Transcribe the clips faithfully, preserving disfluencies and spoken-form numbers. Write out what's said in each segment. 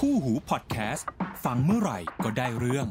คู่หูพอดแคสต์ฟังเมื่อไหร่ก็ได้เรื่อง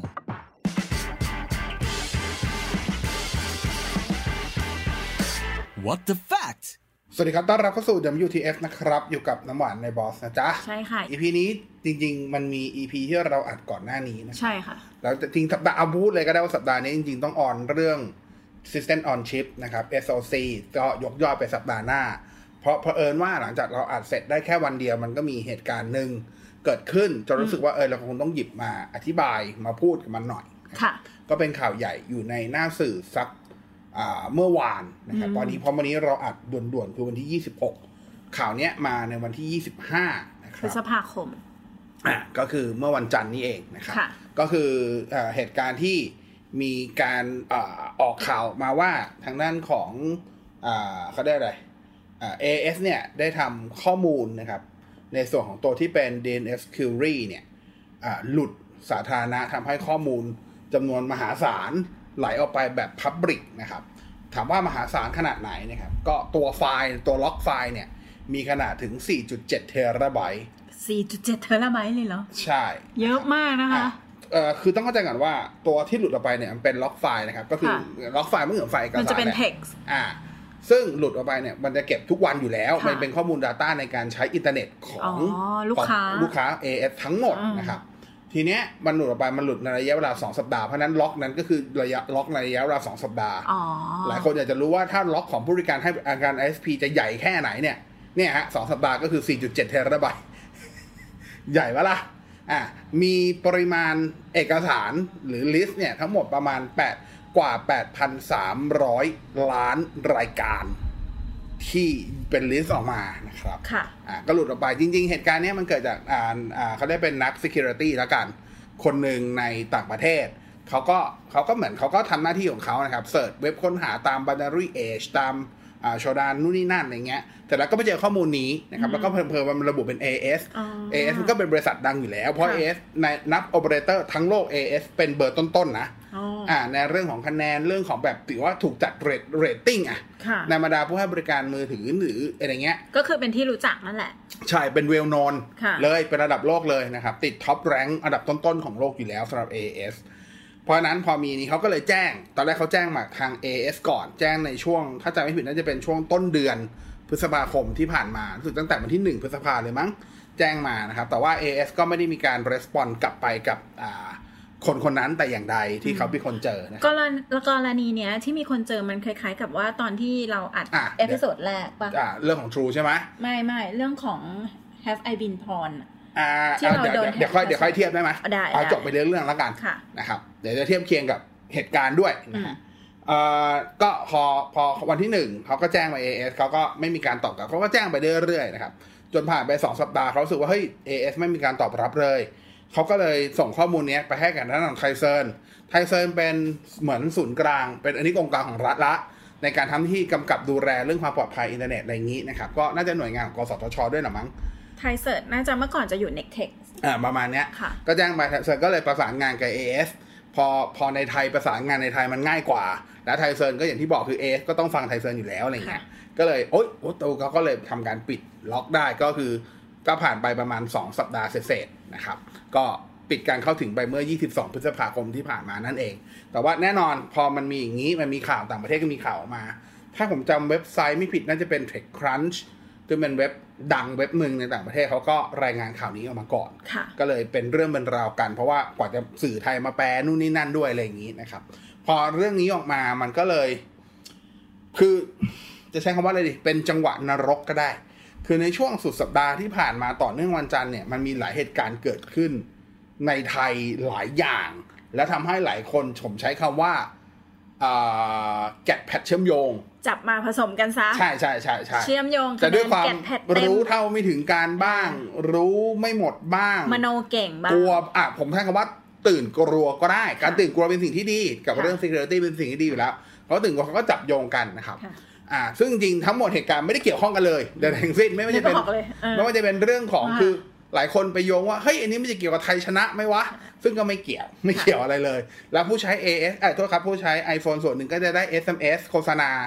What the fact สวัสดีครับต้อนรับเข้าสู่ ดับเบิลยู ที เอฟ นะครับอยู่กับน้ำหวานในบอสนะจ๊ะใช่ค่ะอี พี นี้จริงๆมันมี อี พี ที่เราอัดก่อนหน้านี้นะใช่ค่ะแล้วจริงสัปดาห์อาบูธเลยก็ได้ว่าสัปดาห์นี้จริงๆต้องออนเรื่อง System on Chip นะครับ เอส โอ ซี ก็ยกยอดไปสัปดาห์หน้าเพราะเผอิญว่าหลังจากเราอัดเสร็จได้แค่วันเดียวมันก็มีเหตุการณ์นึงเกิดขึ้นจนรู้สึกว่าเออเราคงต้องหยิบมาอธิบายมาพูดกันมันหน่อยค่ะก็เป็นข่าวใหญ่อยู่ในหน้าสื่อสักเมื่อวานนะครับตอนนี้พอวันนี้เราอัดด่วนๆคือวันที่ยี่สิบหกข่าวเนี้ยมาในวันที่ยี่สิบห้านะครับพฤษภาคมอ่ะก็คือเมื่อวันจันทร์นี้เองนะครับก็คือเอ่อเหตุการณ์ที่มีการเอ่อออกข่าวมาว่าทางด้านของอ่าเขาได้อะไรอ่า เอ เอส เนี่ยได้ทำข้อมูลนะครับในส่วนของตัวที่เป็น ดี เอ็น เอส Query เนี่ยอ่าหลุดสาธารณะทำให้ข้อมูลจำนวนมหาศาลไหลออกไปแบบ Public นะครับถามว่ามหาศาลขนาดไหนนะครับก็ตัวไฟล์ตัวล็อกไฟล์เนี่ยมีขนาดถึง สี่จุดเจ็ด เทราไบต์สี่จุดเจ็ด เทราไบต์เลยเหรอใช่เยอะมากนะคะเอ่อคือต้องเข้าใจก่อนว่าตัวที่หลุดออกไปเนี่ยมันเป็นล็อกไฟล์นะครับก็คือล็อกไฟล์มันเหมือนไฟล์เอกสารมันจะเป็น text อ่าซึ่งหลุดออกไปเนี่ยมันจะเก็บทุกวันอยู่แล้วมันเป็นข้อมูล data ในการใช้อินเทอร์เน็ตของลูกค้าลูกค้า เอ เอส ทั้งหมดนะครับทีเนี้ยมันหลุดออกไปมันหลุดในระยะเวลาสองสัปดาห์เพราะนั้นล็อกนั้นก็คือระยะล็อกในระยะเวลาสองสัปดาห์หลายคนอยากจะรู้ว่าถ้าล็อกของผู้บริการให้อาการ ไอ เอส พี จะใหญ่แค่ไหนเนี่ยเนี่ยฮะสองสัปดาห์ก็คือ สี่จุดเจ็ด เทราไบต์ใหญ่ปะล่ะอ่ะมีปริมาณเอกสารหรือลิสต์เนี่ยทั้งหมดประมาณแปดกว่า แปดพันสามร้อย ล้านรายการที่เป็นลิสต์ออกมานะครับค่ะอ่าก็หลุดออกไปจริงๆเหตุการณ์นี้มันเกิดจากอ่าอ่าเขาได้เป็นนัก security แล้วกันคนหนึ่งในต่างประเทศเขาก็เขาก็เหมือนเขาก็ทำหน้าที่ของเขานะครับเสิร์ชเว็บค้นหาตาม binary age ตามอ่าโชดานนู่นนี่นั่นอะไรเงี้ยแต่แล้วก็ไปเจอข้อมูลนี้นะครับแล้วก็เพิ่มๆมันระบุเป็น เอ เอส เอ เอส มันก็เป็นบริษัทดังอยู่แล้วเพราะ เอ เอส ในนับ operator ทั้งโลก เอ เอส เป็นเบอร์ต้นๆนะอ่าในเรื่องของคะแนนเรื่องของแบบถือว่าถูกจัดเรทเรตติ้งอ่ะในบรรดาผู้ให้บริการมือถือหรืออะไรเงี้ยก็คือเป็นที่รู้จักนั่นแหละใช่เป็นเวลโนนเลยเป็นระดับโลกเลยนะครับติดท็อปแรงค์อันดับต้นๆของโลกอยู่แล้วสำหรับ เอ เอส เพราะนั้นพอมีนี้เขาก็เลยแจ้งตอนแรกเขาแจ้งมาทาง เอ เอส ก่อนแจ้งในช่วงถ้าจำไม่ผิดน่าจะเป็นช่วงต้นเดือนพฤษภาคมที่ผ่านมารู้สึกตั้งแต่วันที่หนึ่งพฤษภาเลยมั้งแจ้งมานะครับแต่ว่า เอ เอส ก็ไม่ได้มีการรีสปอนส์กลับไปกับอ่าคนคนนั้นแต่อย่างใดที่เขาเป็นคนเจอนะกรณีกรณีเนี้ยที่มีคนเจอมันคล้ายๆกับว่าตอนที่เราอัดเอพิโซดแรกป่ะอ่าเรื่องของ True ใช่ไหมไม่ไม่เรื่องของ Have I Been Porn อ่าที่เราโดนเดี๋ยวค่อยเดี๋ยวค่อยเทียบได้ไหมเอาจบไปเรื่องๆแล้วกันค่ะนะครับเดี๋ยวจะเทียบเคียงกับเหตุการณ์ด้วยนะฮะเอ่อก็พอพอวันที่หนึ่งเขาก็แจ้งมา เอ เอส เขาก็ไม่มีการตอบกลับเขาก็แจ้งไปเรื่อยๆนะครับจนผ่านไปสองสัปดาห์เขารู้สึกว่าเฮ้ย เอ เอส ไม่มีการตอบรับเลยเขาก็เลยส่งข้อมูลนี้ไปให้กับทางไทเซิร์นไทเซิร์นเป็นเหมือนศูนย์กลางเป็นอันนี้กองกลางของรัฐละในการทำที่กำกับดูแลเรื่องความปลอดภัยอินเทอร์เน็ตอะไรอย่างนี้นะครับก็น่าจะหน่วยงานของกสทชด้วยหรือมั้งไทเซิร์นน่าจะเมื่อก่อนจะอยู่ Nectex อ่าประมาณเนี้ยก็แจ้งไปไทเซิร์นก็เลยประสานงานกับ เอ เอส พอพอในไทยประสานงานในไทยมันง่ายกว่าแล้วไทเซิร์นก็อย่างที่บอกคือ เอ เอส ก็ต้องฟังไทเซิร์นอยู่แล้วอะไรเงี้ยก็เลยโอ๊ยโอ๊ยตัวเขาก็เลยทำการปิดล็อกได้ก็คือก็ผ่านไปประมาณสองสัปดาห์เศษๆนะครับก็ปิดการเข้าถึงไปเมื่อยี่สิบสองพฤษภาคมที่ผ่านมานั่นเองแต่ว่าแน่นอนพอมันมีอย่างนี้มันมีข่าวต่างประเทศก็มีข่าวออกมาถ้าผมจำเว็บไซต์ไม่ผิดน่าจะเป็น TechCrunch ซึ่งเป็นเว็บดังเว็บหนึ่งในต่างประเทศเขาก็รายงานข่าวนี้ออกมาก่อนก็เลยเป็นเรื่องเป็นราวกันเพราะว่ากว่าจะสื่อไทยมาแปลนู่นนี่นั่นด้วยอะไรอย่างนี้นะครับพอเรื่องนี้ออกมามันก็เลยคือจะใช้คำว่าอะไรดีเป็นจังหวะนรกก็ได้คือในช่วงสุดสัปดาห์ที่ผ่านมาต่อเนื่องวันจันทร์เนี่ยมันมีหลายเหตุการณ์เกิดขึ้นในไทยหลายอย่างและทำให้หลายคนผมใช้คำว่าแกะแพทเชื่อมโยงจับมาผสมกันซะใช่ใช่ใช่ใช่เชื่อมโยงแต่ด้วยความรู้เท่าไม่ถึงการบ้างรู้ไม่หมดบ้างมโนเก่งบ้างกลัวอ่ะผมใช้คำว่าตื่นกลัวก็ได้การตื่นกลัวเป็นสิ่งที่ดีกับเรื่อง security เป็นสิ่งที่ดีอยู่แล้วเขาตื่นกลัวเขาก็จับโยงกันนะครับอ่าซึ่งจริงทั้งหมดเหตุการณ์ไม่ได้เกี่ยวข้องกันเลยแต่ทั้งสิ้นไม่ว่าจะเป็นไม่ว่าจะเป็นเรื่องของคือหลายคนไปโยงว่าเฮ้ยอันนี้มันจะเกี่ยวกับไทยชนะไหมวะซึ่งก็ไม่เกี่ยวไม่เกี่ยวอะไรเลยแล้วผู้ใช้ เอ เอส เอ่อโทษครับผู้ใช้ iPhone ส่วนหนึ่งก็จะได้ เอส เอ็ม เอส โฆษณา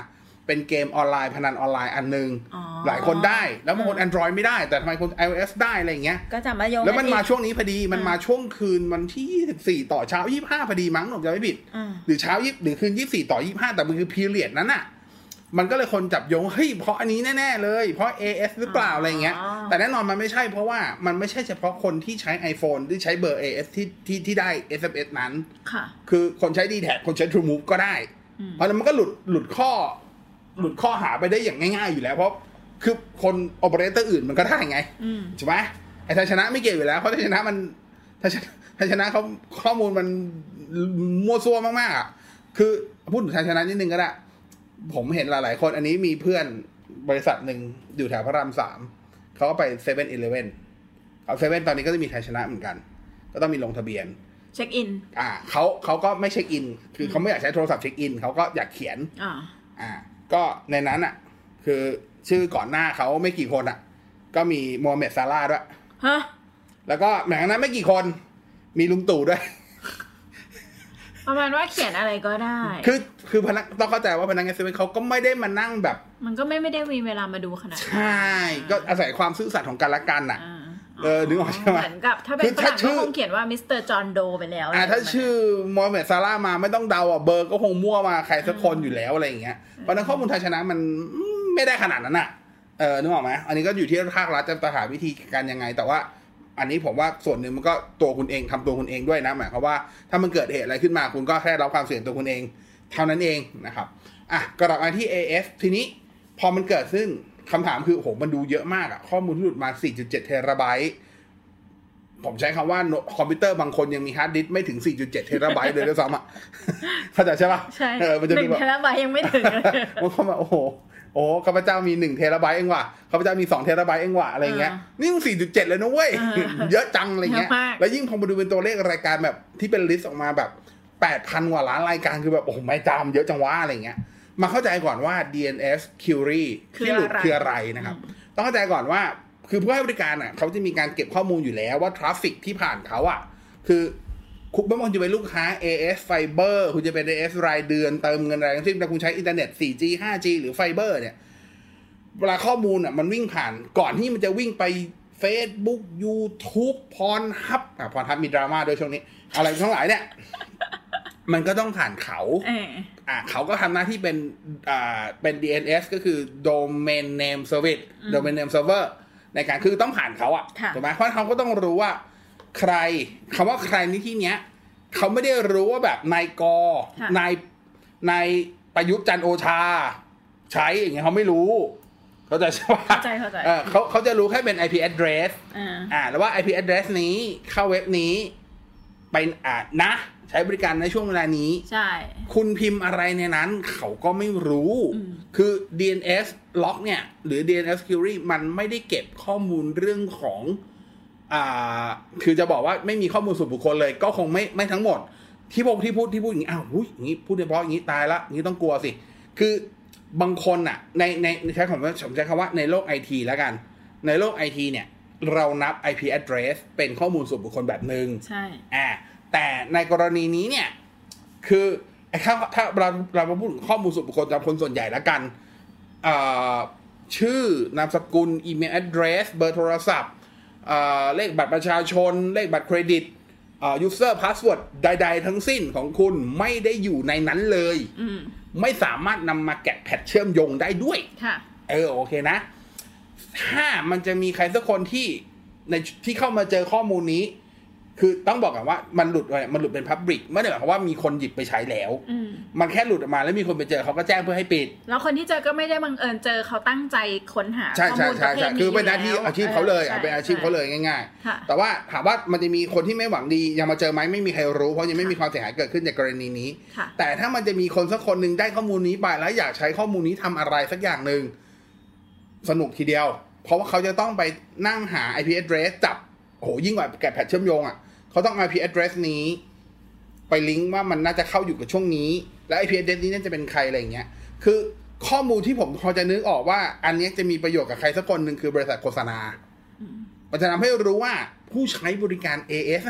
เป็นเกมออนไลน์พนันออนไลน์อันนึงหลายคนได้แล้วบางคน Android ไม่ได้แต่ทำไมคน iOS ได้อะไรอย่างเงี้ยก็จะมาโยงแล้วมันมาช่วงนี้พอดีมันมาช่วงคืนวันที่ยี่สิบสี่ต่อเช้ายี่สิบห้าพอดีมั้งผมจำไม่ผิดหรือเช้ายี่หรือคืนยี่สิบสี่ต่อยี่สิบห้าแต่มันคือ period นั้นน่ะมันก็เลยคนจับโยงเฮ้ยเพราะอันนี้แน่ๆเลยเพราะ เอ เอส หรือเปล่าอะไรเงี้ยแต่แน่นอนมันไม่ใช่เพราะว่ามันไม่ใช่เฉพาะคนที่ใช้ iPhone ที่ใช้เบอร์ เอ เอส ที่ที่ที่ได้ เอส เอ็ม เอส นั้นค่ะคือคนใช้ ดี แท็ก คนใช้ TrueMove ก็ได้เพราะนั้นมันก็หลุดหลุดข้อหลุดข้อหาไปได้อย่างง่ายๆอยู่แล้วเพราะคือคนโอเปอเรเตอร์อื่นมันก็ได้ไงใช่ไหมไอ้ไทยชนะไม่เกี่ยวอยู่แล้วเพราะไทยชนะมันไทยไทยชนะเขาข้อมูลมันมั่วซั่วมากๆอ่ะคือพูดถึงไทยชนะนิดนึงก็ได้ผมเห็นหลายๆคนอันนี้มีเพื่อนบริษัทหนึ่งอยู่แถวพระรามสามเขาก็ไปเซเว่นอีเลฟเว่นเขาเซเว่นตอนนี้ก็จะมีไทยชนะเหมือนกันก็ต้องมีลงทะเบียนเช็คอินอ่าเขาเขาก็ไม่เช็คอินคือเขาไม่อยากใช้โทรศัพท์เช็คอินเขาก็อยากเขียนอ่าอ่าก็ในนั้นอ่ะคือชื่อก่อนหน้าเขาไม่กี่คนอ่ะก็มีโมฮัมเหม็ดซาลาห์ด้วยฮะแล้วก็หลังจากนั้นไม่กี่คนมีลุงตู่ด้วยประมาณว่าเขียนอะไรก็ได้คือคือพนักต้องเข้าใจว่าพนักงานเซเว่นเขาก็ไม่ได้มานั่งแบบมันก็ไม่ไม่ได้มีเวลามาดูขนาดใช่ก็อาศัยความซื่อสัตย์ของกันและกันน่ะเออนึกออกใช่ไหมเหมือนกับถ้าเป็นฝรั่งก็คงเขียนว่ามิสเตอร์จอห์นโดไปแล้วอ่าถ้าชื่อโมฮัมเหม็ดซาลาห์มาไม่ต้องเดาอ่ะเบอร์ก็คงมั่วมาใครสักคนอยู่แล้วอะไรอย่างเงี้ยเพราะนั้นข้อมูลไทยชนะมันไม่ได้ขนาดนั้นน่ะเออนึกออกไหมอันนี้ก็อยู่ที่ภาครัฐจะหาวิธีการยังไงแต่ว่าอันนี้ผมว่าส่วนหนึ่งมันก็ตัวคุณเองทำตัวคุณเองด้วยนะหมายความว่าถ้ามันเกิดเหตุอะไรขึ้นมาคุณก็แค่รับความเสี่ยงตัวคุณเองเท่านั้นเองนะครับอ่ะกลับมาที่ เอ เอส ทีนี้พอมันเกิดขึ้นคำถามคือโอ้โหมันดูเยอะมากอะข้อมูลที่หลุดมา สี่จุดเจ็ด เทราไบต์ผมใช้คำว่าคอมพิวเตอร์บางคนยังมีฮาร์ดดิสก์ไม่ถึง สี่จุดเจ็ด เทราไบต์เลยด้วยซ้ำอะเข้าใจใช่ป่ะใช่เออมันจะมีแบบหนึ่งเทราไบต์ยังไม่ถึงเลยมันเข้ามาโอ้โหโอ้ข้าพเจ้ามีหนึ่งเทราไบต์เองว่ะข้าพเจ้ามีสองเทราไบต์เองว่ะอะไรเงี้ยนี่มัน สี่จุดเจ็ด เลยนะเว้ยเยอะจังอะไรเงี้ยแล้วยิ่งพอมาดูเป็นตัวเลขรายการแบบที่เป็นลิสต์ออกมาแบบ แปดพัน กว่าล้านรายการคือแบบโอ้โหไม่จำเยอะจังวะอะไรเงี้ยมาเข้าใจก่อนว่า ดี เอ็น เอส Query ที่หลุดคืออะไรนะครับต้องเข้าใจก่อนว่าคือผู้ให้บริการอ่ะเขาจะมีการเก็บข้อมูลอยู่แล้วว่าทราฟฟิกที่ผ่านเขาอ่ะคือคุณไม่ว่าจะเป็นลูกค้า เอ เอส Fiber คุณจะเป็น เอ เอส รายเดือนเติมเงินอะไรทั้งสิ้นแต่คุณใช้อินเทอร์เน็ต โฟร์จี ไฟว์จี หรือ Fiber เนี่ยเวลาข้อมูลอ่ะมันวิ่งผ่านก่อนที่มันจะวิ่งไป Facebook YouTube Pornhub อ่ะ Pornhub มีดราม่าด้วยช่วงนี้อะไรทั้งหลายเนี่ยมันก็ต้องผ่านเขาอ่ะเขาก็ทำหน้าที่เป็นอ่าเป็น ดี เอ็น เอส ก็คือ Domain Name Service Domain Name Server ในการคือต้องผ่านเขาอ่ะถูกไหมเพราะเขาก็ต้องรู้ว่าใครคำว่าใครในที่เนี้ยเขาไม่ได้รู้ว่าแบบนายกนายนายประยุทธ์จันทร์โอชาใช้อย่างเงี้ยเขาไม่รู้เข้าใจใช่ป่ะเข้าใจเข้าใจเออเขาเขาจะรู้แค่เป็น ไอ พี address อ่าอ่าแล้วว่า ไอ พี address นี้เข้าเว็บนี้ไปอ่านะใช้บริการในช่วงเวลานี้ใช่คุณพิมพ์อะไรในนั้นเขาก็ไม่รู้คือ ดี เอ็น เอส log เนี่ยหรือ ดี เอ็น เอส query มันไม่ได้เก็บข้อมูลเรื่องของอ่าคือจะบอกว่าไม่มีข้อมูลส่วนบุคคลเลยก็คงไม่ไม่ทั้งหมดที่พวกที่พูดที่พูดอย่างนี้อ้าวหุ้ยอย่างนี้พูดเฉพาะอย่างนี้ตายละอย่างนี้ต้องกลัวสิคือบางคนอ่ะในในใช้คำว่าผมใช้คำว่าในโลก ไอ ที แล้วกันในโลก ไอ ที เนี่ยเรานับ ไอ พี address เป็นข้อมูลส่วนบุคคลแบบนึงใช่อ่าแต่ในกรณีนี้เนี่ยคือถ้าถ้าเราเราพูดถึงข้อมูลส่วนบุคคลจากคนส่วนใหญ่แล้วกันอ่าชื่อนามสกุลอีเมล address เบอร์โทรศัพท์เลขบัตรประชาชนเลขบัตรเครดิตอ่า user password ใดๆทั้งสิ้นของคุณไม่ได้อยู่ในนั้นเลยไม่สามารถนำมาแกะแพทเชื่อมโยงได้ด้วยเออโอเคนะถ้ามันจะมีใครสักคนที่ในที่เข้ามาเจอข้อมูลนี้คือต้องบอกกันว่ามันหลุดมันหลุดเป็น public ไม่ได้หมายความว่ามีคนหยิบไปใช้แล้วมันแค่หลุดออกมาแล้วมีคนไปเจอเขาก็แจ้งเพื่อให้ปิดแล้วคนที่เจอก็ไม่ได้บังเอิญเจอเขาตั้งใจค้นหาข้อมูลประเภทนี้คือเป็นหน้าที่อาชีพเขาเลยเป็นอาชีพเขาเลยง่ายๆแต่ว่าถามว่ามันจะมีคนที่ไม่หวังดียังมาเจอไหมไม่มีใครรู้เพราะยังไม่มีความเสียหายเกิดขึ้นจากกรณีนี้แต่ถ้ามันจะมีคนสักคนนึงได้ข้อมูลนี้ไปแล้วอยากใช้ข้อมูลนี้ทำอะไรสักอย่างนึงสนุกทีเดียวเพราะว่าเขาจะต้องไปนั่งหา ไอ พี address จับโหยิ่งกว่าแกะแพทเชื่อมโยงอ่ะเขาต้อง ไอ พี address นี้ไปลิงก์ว่ามันน่าจะเข้าอยู่กับช่วงนี้และ ไอ พี address นี้น่าจะเป็นใครอะไรอย่างเงี้ยคือข้อมูลที่ผมพอจะนึกออกว่าอันนี้จะมีประโยชน์กับใครสักคนหนึ่งคือบริษัทโฆษณามันจะทำให้รู้ว่าผู้ใช้บริการ เอ เอส อ่ะ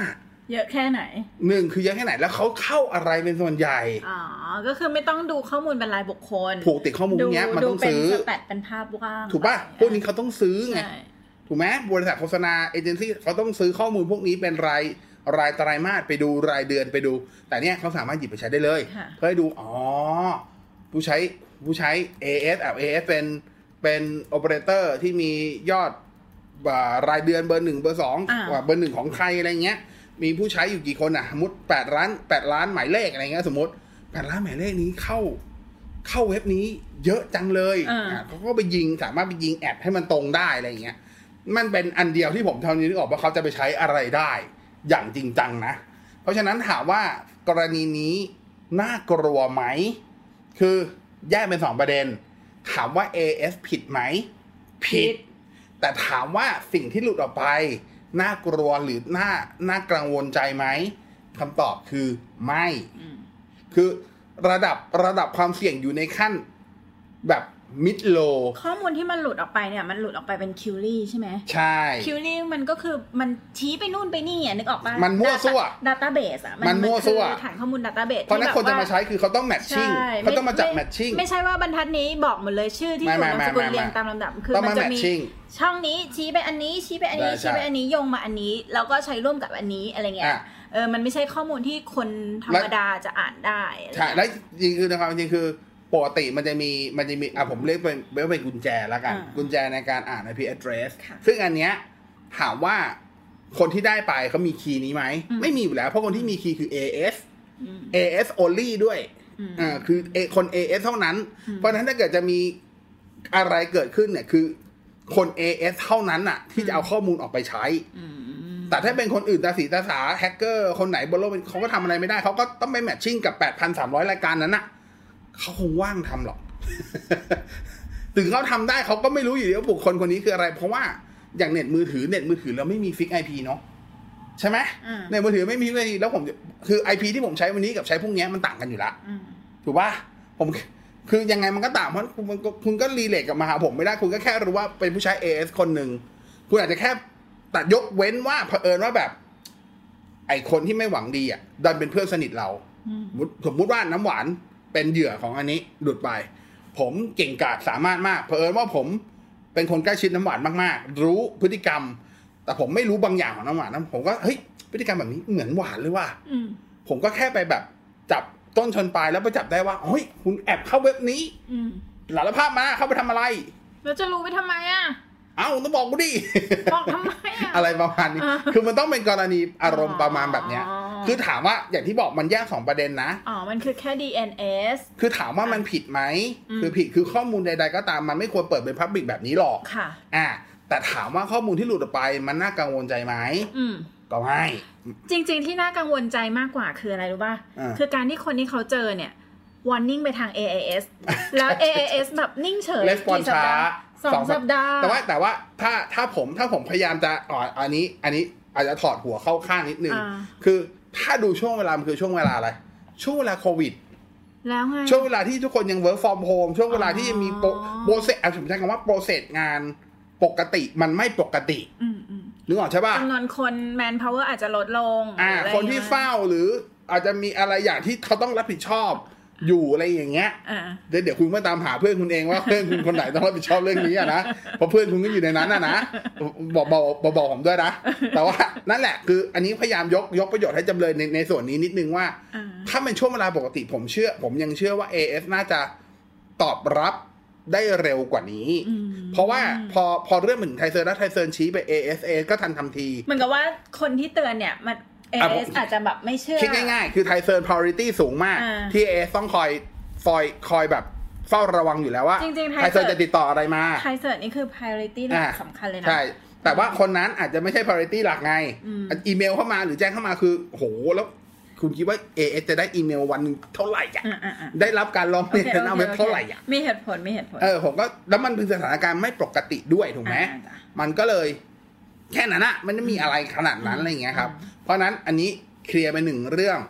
เยอะแค่ไหนหนึ่งคือเยอะแค่ไหนแล้วเขาเข้าอะไรเป็นส่วนใหญ่อ๋อก็คือไม่ต้องดูข้อมูลเป็นรายบุคคลผูกติดข้อมูลเนี้ยมันต้องซื้อดูเป็นสแตทเป็นภาพว่างถูกป่ะพวกนี้เขาต้องซื้อไงถูกไหมบริษัทโฆษณาเอเจนซี่เขาต้องซื้อข้อมูลพวกนี้เป็นรายรายไตรมาสไปดูรายเดือนไปดูแต่เนี้ยเขาสามารถหยิบไปใช้ได้เลยเพื่อให้ดูอ๋อผู้ใช้ผู้ใช้ เอ เอส อ่ะ เอ เอส เป็นเป็นโอเปอเรเตอร์ที่มียอดรายเดือนเบอร์หนึ่งเบอร์สองว่าเบอร์หนึ่งของใครอะไรเงี้ยมีผู้ใช้อยู่กี่คนอ่ะสมมติแปดล้านแปดล้านหมายเลขอะไรเงี้ยสมมติแปดล้านหมายเลขนี้เข้าเข้าเว็บนี้เยอะจังเลยเขาก็ไปยิงสามารถไปยิงแอดให้มันตรงได้อะไรเงี้ยมันเป็นอันเดียวที่ผมเท่านี้นึกออกว่าเขาจะไปใช้อะไรได้อย่างจริงจังนะเพราะฉะนั้นถามว่ากรณีนี้น่ากลัวไหมคือแยกเป็นสองประเด็นถามว่า เอ เอส ผิดไหมผิดแต่ถามว่าสิ่งที่หลุดออกไปน่ากลัวหรือน่าน่ากังวลใจไหมคำตอบคือไม่คือระดับระดับความเสี่ยงอยู่ในขั้นแบบมิดโลข้อมูลที่มันหลุดออกไปเนี่ยมันหลุดออกไปเป็นคิวรี่ใช่ไหมใช่คิวรี่มันก็คือมันชี้ไปนู่นไปนี่อ่ะนึกออกป่ะมันมั่วซั่วดัตต้าเบสอ่ะมันมั่วซั่วฐานข้อมูลดัตต้าเบสเพราะนั้นคนจะมาใช้คือเขาต้องแมทชิ่งเขาต้องมาจับแมทชิ่งไม่ใช่ว่าบรรทัดนี้บอกหมดเลยชื่อที่อยู่นามสกุลเรียงตามลำดับคือมันจะมีช่องนี้ชี้ไปอันนี้ชี้ไปอันนี้ชี้ไปอันนี้โยงมาอันนี้แล้วก็ใช้ร่วมกับอันนี้อะไรเงี้ยเออมันไม่ใช่ข้อมูลที่คนธรรมดาจะอ่านได้ใช่แล้วจริงคือในความจริงคือปกติมันจะมีมันจะมีอ่ะผมเรียกเป็นเรียกเป็นกุญแจแล้วกันกุญแจในการอ่าน ไอ พี address ซึ่งอันเนี้ยถามว่าคนที่ได้ไปเขามีคีย์นี้ไหมไม่มีอยู่แล้วเพราะคนที่มีคีย์คือ เอ เอส เอ เอส only ด้วยอ่าคือคน เอ เอส เท่านั้นเพราะฉะนั้นถ้าเกิดจะมีอะไรเกิดขึ้นเนี่ยคือคน เอ เอส เท่านั้นน่ะที่จะเอาข้อมูลออกไปใช้แต่ถ้าเป็นคนอื่นตาสีตาสาแฮกเกอร์คนไหนบนโลกเขาก็ทำอะไรไม่ได้เขาก็ต้องไปแมทชิ่งกับ แปดพันสามร้อย รายการนั้นน่ะเขาคงว่างทำหรอกถึงเขาทำได้เขาก็ไม่รู้อยู่ดีว่าบุคคลคนนี้คืออะไรเพราะว่าอย่างเน็ตมือถือเน็ตมือถือเราไม่มีฟิก ไอ พี เนาะใช่ไหมเน็ตมือถือไม่มีฟิก ไอ พี แล้วผมคือ ไอ พี ที่ผมใช้วันนี้กับใช้พวกนี้มันต่างกันอยู่ละถูกป่ะผมคือยังไงมันก็ต่างเพราะคุณคุณก็รีเลทกับมาหาผมไม่ได้คุณก็แค่รู้ว่าเป็นผู้ใช้ เอ เอส คนหนึ่งคุณอาจจะแค่ตัดยกเว้นว่าเผอิญว่าแบบไอคนที่ไม่หวังดีอ่ะดันเป็นเพื่อนสนิทเราสมมุติว่าน้ำหวานเป็นเหยื่อของอันนี้หลุดไปผมเก่งกาจสามารถมากเผอิญว่าผมเป็นคนใกล้ชิดน้ำหวานมากๆรู้พฤติกรรมแต่ผมไม่รู้บางอย่างของน้ำหวานนะผมก็เฮ้ยพฤติกรรมแบบนี้เหมือนหวานเลยว่ะผมก็แค่ไปแบบจับต้นชนปลายแล้วไปจับได้ว่าเฮ้ยคุณแอบเข้าเว็บนี้หลานภาพมาเข้าไปทำอะไรแล้วจะรู้ไปทำไมอ่ะเอ้าต้องบอกกูดิบอกทำไมอ่ะอะไรประมาณนี้คือมันต้องเป็นกรณีอารมณ์ประมาณแบบเนี้ยคือถามว่าอย่างที่บอกมันแยกสองประเด็นนะอ๋อมันคือแค่ ดี เอ็น เอสคือถามว่ามันผิดไหมคือผิดคือข้อมูลใดๆก็ตามมันไม่ควรเปิดเป็น public แบบนี้หรอกค่ะอ่าแต่ถามว่าข้อมูลที่หลุดออกไปมันน่ากังวลใจไหมก็ไม่จริงๆที่น่ากังวลใจมากกว่าคืออะไรรู้ป่ะคือการที่คนที่เขาเจอเนี่ย warning ไปทาง เอ เอ เอส แล้ว เอ เอ เอส แบบนิ่งเฉยกี่สัปดาห์สองสัปดาห์แต่ว่าแต่ว่าถ้าถ้าผมถ้าผมพยายามจะอ๋ออันนี้อันนี้อาจจะถอดหัวเข้าข้างนิดนึงคือถ้าดูช่วงเวลามันคือช่วงเวลาอะไรช่วงเวลาโควิดแล้วไงช่วงเวลาที่ทุกคนยัง work from home ช่วงเวลาที่ยังมีโปรเซสผมใช้คำว่าโปรเซสงานปกติมันไม่ปกตินึกออกใช่ป่ะจำนวนคน manpower อาจจะลดลงอ่าคนที่เฝ้าหรืออาจจะมีอะไรอย่างที่เขาต้องรับผิดชอบอยู่อะไรอย่างเงี้ยเดี๋ยวเดี๋ยวคุณมาตามหาเพื่อนคุณเองว่าเพื่อนคุณคนไหนต้องรับผิดชอบเรื่องนี้อะนะเพราะเพื่อนคุณก็อยู่ในนั้นอะนะบอกบอกบอกบอกผมด้วยนะแต่ว่านั่นแหละคืออันนี้พยายามยกยกประโยชน์ให้จำเลยในในส่วนนี้นิดนึงว่าถ้าเป็นช่วงเวลาปกติผมเชื่อผมยังเชื่อว่า เอ เอส น่าจะตอบรับได้เร็วกว่านี้เพราะว่าพอพอเรื่องเหมือนไทเซอร์และไทเซอร์ชี้ไป เอ เอส เอ ก็ทันทำทีเหมือนกับว่าคนที่เตือนเนี่ยมันเอ เอส อาจจะแบบไม่เชื่อคิดง่ายๆคือไทเซอร์ priority สูงมากที่ เอ เอส ต้องคอยคอยคอยแบบเฝ้าระวังอยู่แล้วว่าไทเซอร์จะติดต่ออะไรมาไทเซอร์นี่คือ priority หลักสำคัญเลยนะใช่แต่ว่าคนนั้นอาจจะไม่ใช่ priority หลักไงอีเมลเข้ามาหรือแจ้งเข้ามาคือโหแล้วคุณคิดว่า เอ เอส จะได้อีเมลวันนึงเท่าไหร่อ่ะได้รับการร้องเรียนเอาเว็บเท่าไหร่อ่ะมีเหตุผลมีเหตุผลเออผมก็แล้วมันเป็นสถานการณ์ไม่ปกติด้วยถูกไหมมันก็เลยแค่นั้นอะมันไม่มีอะไรขนาดนั้นอะไรอย่างเงี้ยครับเพราะนั้นอันนี้เคลียร์ไปหนึ่งเรื่อง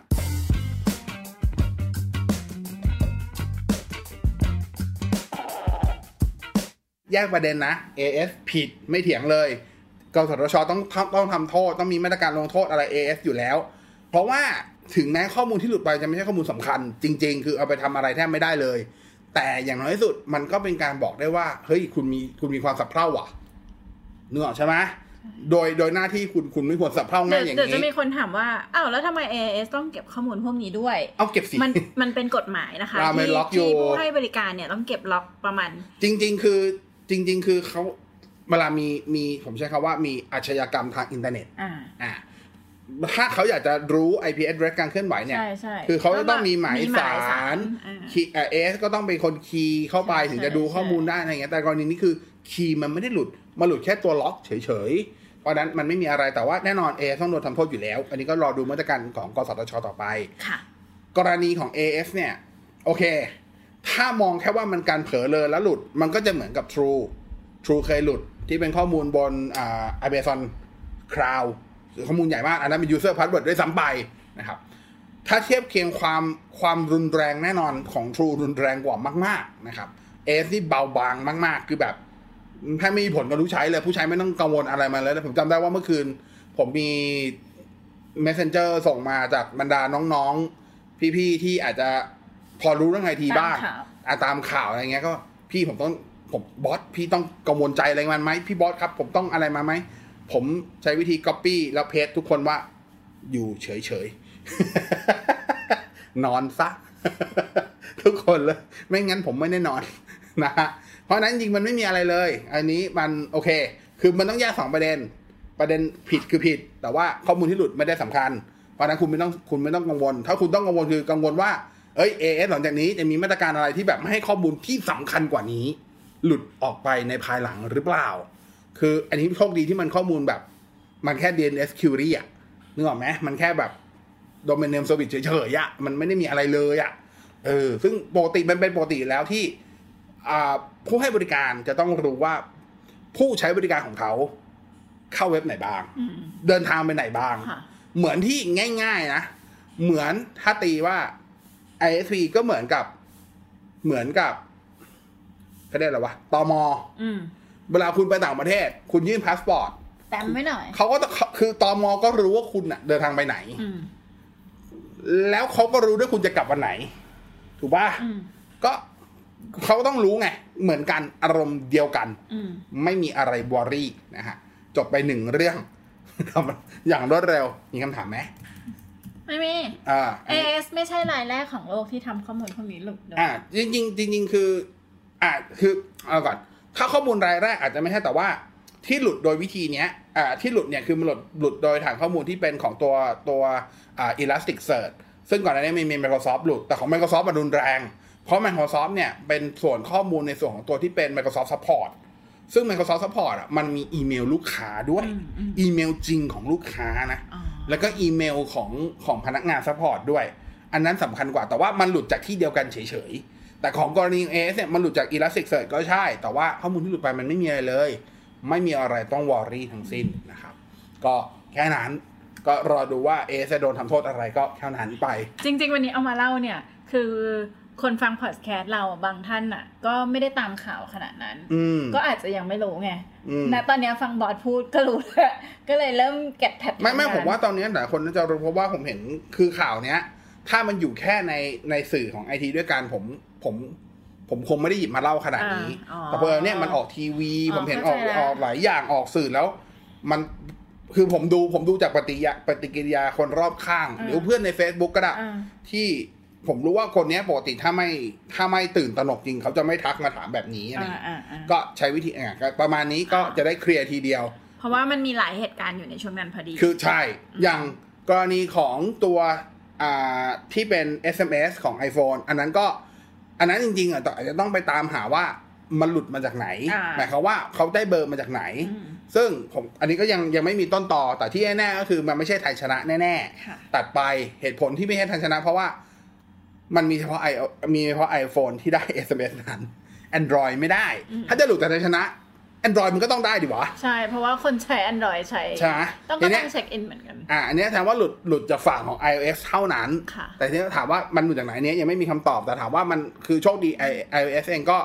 แยกประเด็นนะ เอ เอส ผิดไม่เถียงเลยกสทช.ต้องต้องทำโทษต้องมีมาตรการลงโทษอะไร เอ เอส อยู่แล้วเพราะว่าถึงแม้ข้อมูลที่หลุดไปจะไม่ใช่ข้อมูลสำคัญจริงๆคือเอาไปทำอะไรแทบไม่ได้เลยแต่อย่างน้อยที่สุดมันก็เป็นการบอกได้ว่าเฮ้ยคุณมีคุณมีความสับเพร่าว่ะนึกออกใช่ไหมโดยโดยหน้าที่คุณคุณไม่ควรสับเพร่าง่ายอย่างนี้เดี๋ยวจะมีคนถามว่าอ้าวแล้วทำไม เอ เอส ต้องเก็บข้อมูลพวกนี้ด้วยเอาเก็บสิมันมันเป็นกฎหมายนะคะที่ที่ผู้ให้บริการเนี่ยต้องเก็บล็อกประมาณจริงๆคือจริงๆคือเขาเวลามีมีผมใช้คำว่ามีอาชญากรรมทางอินเทอร์เน็ตอ่าอ่าถ้าเขาอยากจะรู้ ไอ พี address การเคลื่อนไหวเนี่ยคือเขาจะต้องมีหมายสารคีย์เอสก็ต้องเป็นคนคีย์เข้าไปถึงจะดูข้อมูลได้อะไรเงี้ยแต่กรณีนี้คือคีย์มันไม่ได้หลุดมาหลุดแค่ตัวล็อกเฉยๆเพราะนั้นมันไม่มีอะไรแต่ว่าแน่นอน เอ เอส ต้องโดนทำโทษอยู่แล้วอันนี้ก็รอดูมาตรการของกสทช.ต่อไปกรณีของ เอ เอส เนี่ยโอเคถ้ามองแค่ว่ามันการเผลอเลยแล้วหลุดมันก็จะเหมือนกับ True True เคยหลุดที่เป็นข้อมูลบนอ่า Amazon Cloudข้อมูลใหญ่มากอันนั้นเป็น user password ด้วยซ้ำไปนะครับถ้าเทียบเคียงความความรุนแรงแน่นอนของ True รุนแรงกว่ามากๆนะครับ เอ เอส นี่เบาบางมากๆคือแบบถ้าไม่มีผลกับผู้ใช้เลยผู้ใช้ไม่ต้องกังวลอะไรมาเลยผมจำได้ว่าเมื่อคืนผมมี Messenger ส่งมาจากบรรดาน้องๆพี่ๆที่อาจจะพอรู้เรื่องไอทีบ้างตามข่าวอะไรเงี้ยก็พี่ผมต้องผมบอสพี่ต้องกังวลใจอะไรมันไหมพี่บอสครับผมต้องอะไรมาไหมผมใช้วิธี copy แล้วเพจทุกคนว่าอยู่เฉยๆ นอนซะ ทุกคนเลยไม่งั้นผมไม่ได้นอนนะฮะเพราะนั้นจริงมันไม่มีอะไรเลยอันนี้มันโอเคคือมันต้องแยกสองประเด็นประเด็นผิดคือผิดแต่ว่าข้อมูลที่หลุดไม่ได้สำคัญเพราะนั้นคุณไม่ต้องคุณไม่ต้องกังวลถ้าคุณต้องกังวลคือกังวลว่าเอ้ย เอ เอส หลังจากนี้จะมีมาตรการอะไรที่แบบไม่ให้ข้อมูลที่สำคัญกว่านี้หลุดออกไปในภายหลังหรือเปล่าคืออันนี้โชคดีที่มันข้อมูลแบบมันแค่ ดี เอ็น เอส query อ่ะนึกออกไหมมันแค่แบบ domain name service เฉยๆอ่ะมันไม่ได้มีอะไรเลยอ่ะเออซึ่งปกติมันเป็นปกติแล้วที่อ่าผู้ให้บริการจะต้องรู้ว่าผู้ใช้บริการของเขาเข้าเว็บไหนบ้างเดินทางไปไหนบ้างเหมือนที่ง่ายๆนะเหมือนถ้าตีว่า ไอ เอส พี ก็เหมือนกับเหมือนกับเขาเรียกอะไรวะตม.เวลาคุณไปต่างประเทศคุณยื่นพาสปอร์ตแต้มไว้หน่อยเขาก็คือตม.ก็รู้ว่าคุณน่ะเดินทางไปไหนแล้วเขาก็รู้ด้วยคุณจะกลับวันไหนถูกป่ะก็เขาต้องรู้ไงเหมือนกันอารมณ์เดียวกันไม่มีอะไรบอรี่นะฮะจบไปหนึ่งเรื่องอย่างรวดเร็วมีคำถามไหมไม่มีอ่า เอ เอส ไม่ใช่รายแรกของโลกที่ทำข้อมูลพวกนี้หลุดอ่าจริงจริงจริงคืออ่าคือเอาก่อนถ้าข้อมูลรายแรกอาจจะไม่ใช่แต่ว่าที่หลุดโดยวิธีเนี้ยอ่าที่หลุดเนี่ยคือมันหลุดหลุดโดยฐานข้อมูลที่เป็นของตัวตัวอ่า Elasticsearch ซึ่งก่อนหน้านี้มี Microsoft หลุดแต่ของ Microsoft มันรุนแรงเพราะ Microsoft เนี่ยเป็นส่วนข้อมูลในส่วนของตัวที่เป็น Microsoft Support ซึ่ง Microsoft Support อ่ะมันมีอีเมลลูกค้าด้วยอีเมลจริงของลูกค้านะแล้วก็อีเมลของของพนักงาน Support ด้วยอันนั้นสำคัญกว่าแต่ว่ามันหลุดจากที่เดียวกันเฉยๆแต่ของกรณี เอ เอส เนี่ยมันหลุดจาก Elasticsearch ก็ใช่แต่ว่าข้อมูลที่หลุดไปมันไม่มีอะไรเลยไม่มีอะไรต้องวอรี่ทั้งสิ้นนะครับก็แค่นั้นก็รอดูว่า เอ เอส จะโดนทำโทษอะไรก็แค่นั้นไปจริงๆวันนี้เอามาเล่าเนี่ยคือคนฟังพอดแคสต์เราบางท่านน่ะก็ไม่ได้ตามข่าวขนาดนั้นก็อาจจะยังไม่รู้ไงณตอนนี้ฟังบอสพูดก็รู้แล้วก็เลยเริ่มเก็บแพทไม่ไม่ผมว่าตอนนี้หลายคนน่าจะรู้เพราะว่าผมเห็นคือข่าวเนี้ยถ้ามันอยู่แค่ในในสื่อของ ไอ ที ด้วยกันผมผมผมคงไม่ได้หยิบมาเล่าขนาดนี้แต่พอเนี่ยมันออกทีวีผมเห็นออกออกหลายอย่างออกสื่อแล้วมันคือผมดูผมดูจากปฏิกิริยาปฏิกิริยาคนรอบข้างหรือเพื่อนใน Facebook ก็ได้ที่ผมรู้ว่าคนนี้ปกติถ้าไม่ถ้าไม่ตื่นตระหนกจริงเขาจะไม่ทักมาถามแบบนี้อะไรก็ใช้วิธีอ่ะประมาณนี้ก็จะได้เคลียร์ทีเดียวเพราะว่ามันมีหลายเหตุการณ์อยู่ในช่วงนั้นพอดีคือใช่อย่างกรณีของตัวอ่าที่เป็น เอส เอ็ม เอส ของ iPhone อันนั้นก็อันนั้นจริงๆอ่ะอาจจะต้องไปตามหาว่ามันหลุดมาจากไหนหมายความว่าเขาได้เบอร์มาจากไหนซึ่งผมอันนี้ก็ยังยังไม่มีต้นตอแต่ที่แน่ๆก็คือมันไม่ใช่ไทยชนะแน่ๆตัดไปเหตุผลที่ไม่ใช่ไทยชนะเพราะว่ามันมีเฉพาะไอมีเฉพาะ iPhone ที่ได้ เอส เอ็ม เอส นั้น Android ไม่ได้ถ้าจะหลุดแต่ไทยชนะ Android มันก็ต้องได้ดิวะใช่เพราะว่าคนใช้ Android ใช้ใช่ต้องก็ต้องเช็คอินเหมือนกันอ่าอันนี้แสดงว่าหลุดหลุดจากฝั่งของ iOS เท่านั้นแต่ทีนี้ถามว่ามันหลุดจากไหนเนี้ยยังไม่มีคำตอบแต่ถามว่ามันคือโชคดี iOS เองก็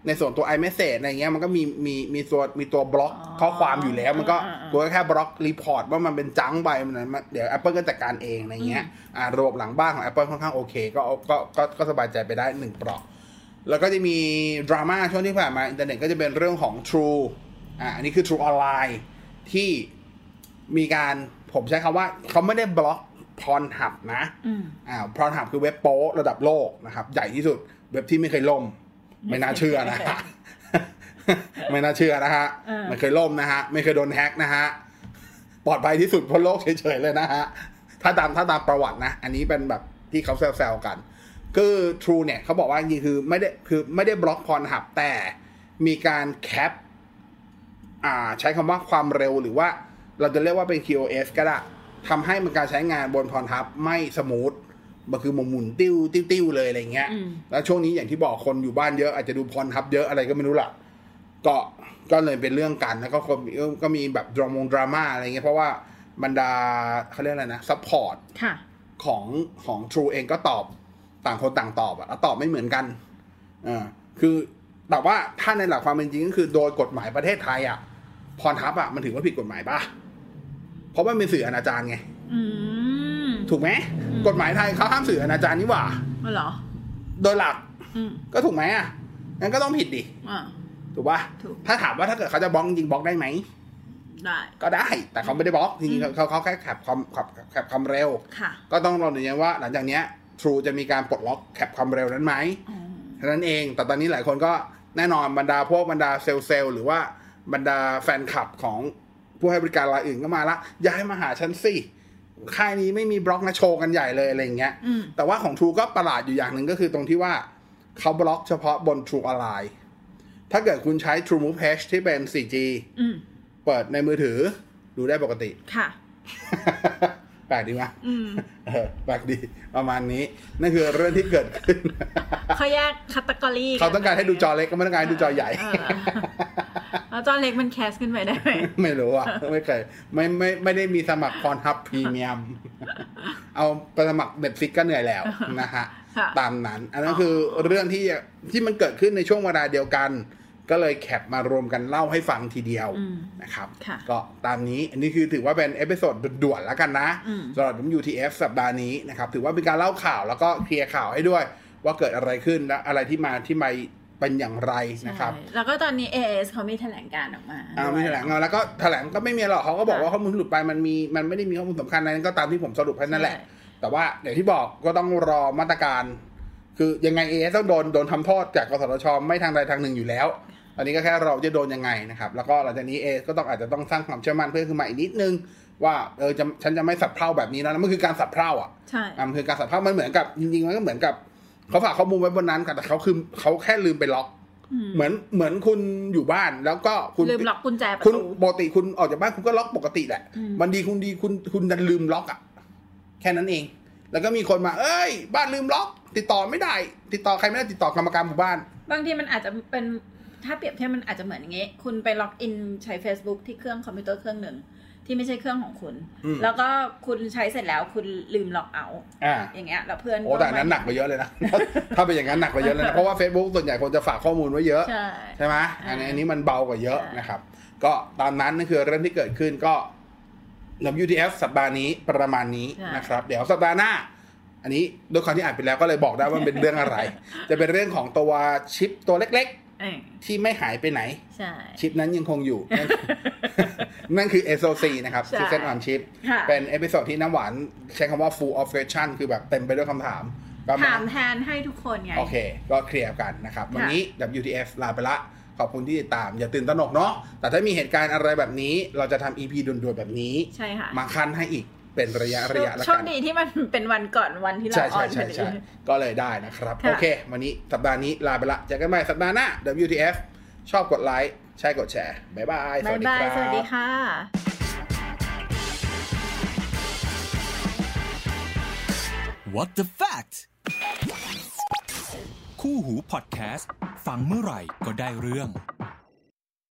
ในส่วนตัว iMessage อะไรเงี้ยมันก็มีมีมีตัวมีตัวบล็อกข้อความอยู่แล้วมันก็ตัวแค่บล็อกรีพอร์ตว่ามันเป็นจังใบมันเดี๋ยว Apple ก็จัดการเองอะไรเงี้ยอ่าระบบหลังบ้านของ Apple ค่อนข้างโอเคก็ก็ก็ก็สบายใจไปได้หนึ่งเปราะแล้วก็จะมีดราม่าช่วงที่ผ่านมาอินเทอร์เน็ตก็จะเป็นเรื่องของ True อ่าอันนี้คือ True Online ที่มีการผมใช้คำว่าเขาไม่ได้บล็อกPornhub นะอ่า Pornhub คือเว็บโป๊ระดับโลกนะครับใหญ่ที่สุดเว็บที่ไม่เคยล่มไม่น่าเชื่อนะฮะไม่น่าเชื่อนะฮะไม่เคยล่มนะฮะไม่เคยโดนแฮกนะฮะปลอดภัยที่สุดบนโลกเฉยๆเลยนะฮะถ้าตามถ้าตามประวัตินะอันนี้เป็นแบบที่เขาแซวๆกันคือ True เนี่ยเขาบอกว่าจริงๆคือไม่ได้คือไม่ได้บล็อก Pornhub แต่มีการแคปอ่าใช้คำว่าความเร็วหรือว่าเราจะเรียกว่าเป็น คิว โอ เอส ก็ได้ทำให้มันการใช้งานบน Pornhub ไม่สมูทมันคือหมุนติ้วติ้วเลยอะไรเงี้ยแล้วช่วงนี้อย่างที่บอกคนอยู่บ้านเยอะอาจจะดู Pornhub เยอะอะไรก็ไม่รู้ล่ะก็ก็เลยเป็นเรื่องกันแล้วก็คนก็มีแบบดรามงดราม่าอะไรเงี้ยเพราะว่าบรรดาเขาเรียกอะไรนะซัพพอร์ตของของ True เองก็ตอบต่างคนต่างตอบอะแล้วตอบไม่เหมือนกันอ่าคือแต่ว่าถ้าในหลักความเป็นจริงก็คือโดยกฎหมายประเทศไทยอะPornhub อะมันถือว่าผิดกฎหมายป่ะเพราะว่าเป็นสื่ออนาจารไงถูกไหมกฎหมายไทยเขาห้ามสื่ออนาจารนี่หว่าเหรอโดยหลักก็ถูกไหมอ่ะงั้นก็ต้องผิดดิถูกป่ะถ้าถามว่าถ้าเกิดเขาจะบล็อกจริงบล็อกได้ไหมได้ก็ได้แต่เขาไม่ได้บล็อกจริงๆเขาเขาแค่แคปความแคปความเร็วก็ต้องรอดูอย่างว่าหลังจากนี้ True จะมีการปลดล็อกแคปความเร็วนั้นไหมแค่นั้นเองแต่ตอนนี้หลายคนก็แน่นอนบรรดาพวกบรรดาเซลล์เซลล์หรือว่าบรรดาแฟนคลับของผู้ให้บริการรายอื่นก็มาละย้ายมาหาฉันสิค่ายนี้ไม่มีบล็อกนะโชว์กันใหญ่เลยอะไรอย่างเงี้ยแต่ว่าของ True ก็ประหลาดอยู่อย่างหนึ่งก็คือตรงที่ว่าเขาบล็อกเฉพาะบน True Online ถ้าเกิดคุณใช้ True Move Edge ที่เป็น โฟร์จี เปิดในมือถือดูได้ปกติค่ะแปลกดีมั้ยเออแปลกดีประมาณนี้นั่นคือเรื่องที่เกิดขึ้นเขาแยกคัตกอรี่เขาต้องการให้ดูจอเล็กก็ไม่ต้องการให้ดูจอใหญ่แล้วจอเล็กมันแคสขึ้นไปได้ไหมไม่รู้อ่ะไม่เคยไม่ไม่ไม่ได้มีสมัคร Pornhub Premium เอาไปสมัคร Netflix ก็เหนื่อยแล้วนะฮะตามนั้นอันนั้นคือเรื่องที่ที่มันเกิดขึ้นในช่วงเวลาเดียวกันก็เลยแคปมารวมกันเล่าให้ฟังทีเดียวนะครับก็ตามนี้อันนี้คือถือว่าเป็นเอพิโซดด่วนๆแล้วกันนะสำหรับ ยู ที เอฟ สัปดาห์นี้นะครับถือว่าเป็นการเล่าข่าวแล้วก็เคลียร์ข่าวให้ด้วยว่าเกิดอะไรขึ้นและอะไรที่มาที่ไปเป็นอย่างไรนะครับแล้วก็ตอนนี้ เอ เอส เขามีแถลงการออกมาอ่ามีแถลงแล้วก็แถลงก็ไม่มีหรอกเขาก็บอกว่าข้อมูลหลุดไปมันมีมันไม่ได้มีข้อมูลสำคัญอะไรก็ตามที่ผมสรุปให้นั่นแหละแต่ว่าอย่างที่บอกก็ต้องรอมาตรการคือยังไง เอ เอส ต้องโดนโดนทำโทษจากกสทช.ไม่ทางใดทางหนึ่งอยู่แล้วอันนี้ก็แค่เราจะโดนยังไงนะครับแล้วก็หลังจากนี้เอก็ต้องอาจจะต้องสร้างความเชื่อมั่นเพิ่มขึ้นมาอีกนิดนึงว่าเออจะฉันจะไม่สับเพร่าแบบนี้แล้วนะมันคือการสับเพร่าอ่ะใช่มันคือการสับเพร่ามันเหมือนกับจริงๆมันก็เหมือนกับเขาฝากข้อมูลไว้บนนั้นแต่เขาคือเขาแค่ลืมไปล็อกเหมือนเหมือนคุณอยู่บ้านแล้วก็คุณลืมล็อกกุญแจประตูคุณปกติคุณออกจากบ้านคุณก็ล็อกปกติแหละมันดีคุณดีคุณคุณดันลืมล็อกอ่ะแค่นั้นเองแล้วก็มีคนมาเอ้ยบ้านลืมล็อกติดต่อไม่ได้ติดต่อใครไม่ได้ติดต่อกรรมการหมู่บ้านบางทีมันอาจจะเป็นถ้าเปรียบเทียบมันอาจจะเหมือนอย่างงี้คุณไปล็อกอินใช้ Facebook ที่เครื่องคอมพิวเตอร์เครื่องหนึ่งที่ไม่ใช่เครื่องของคุณแล้วก็คุณใช้เสร็จแล้วคุณลืมล็อกเอาท์อย่างเงี้ยแล้วเพื่อนโอ้แต่นั้นหนักไปเยอะเลยนะถ้าเป็นอย่างนั้นหนักไปเยอะเลยนะเพราะว่า Facebook ส่วนใหญ่คนจะฝากข้อมูลไว้เยอะใช่ไหมอันนี้อันนี้มันเบากว่าเยอะนะครับก็ตามนั้นนั่นคือเรื่องที่เกิดขึ้นก็ ดับเบิลยู ที เอฟ สัปดาห์นี้ประมาณนี้นะครับเดี๋ยวสัปดาห์หน้าอันนี้ด้วยความที่อ่านไปแล้วก็เลยบอกได้ว่ามันเป็นเรื่องอะไรจะเป็นเรื่องของตัวชิปตัวเล็กๆที่ไม่หายไปไหนชิปนั้นยังคงอยู่ นั่นคือ เอส โอ ซี นะครับ System on Chip เป็นเอพิโซดที่น้ำหวานใช้คำว่า full of question คือแบบเต็มไปด้วยคำถามถามแทนให้ทุกคนไงโอเคก็เคลียร์กันนะครับวันนี้ ดับเบิลยู ที เอฟ ลาไปละขอบคุณที่ติดตามอย่าตื่นตระหนกเนาะแต่ถ้ามีเหตุการณ์อะไรแบบนี้เราจะทำ อี พี ด่วนๆแบบนี้มาคั้นให้อีกเป็นระยะระยะแล้วกันโชคดีที่มันเป็นวันก่อนวันที่เราออนใช่ใช่ก็เลยได้นะครับโอเควันนี้สัปดาห์นี้ลาไปละเจอกันใหม่สัปดาห์หน้า ดับเบิลยู ที เอฟ ชอบกดไลค์ใช่กดแชร์บ๊ายบายสวัสดีครับสวัสดีค่ะ What the fact คู่หูพอดแคสต์ฟังเมื่อไหร่ก็ได้เรื่อง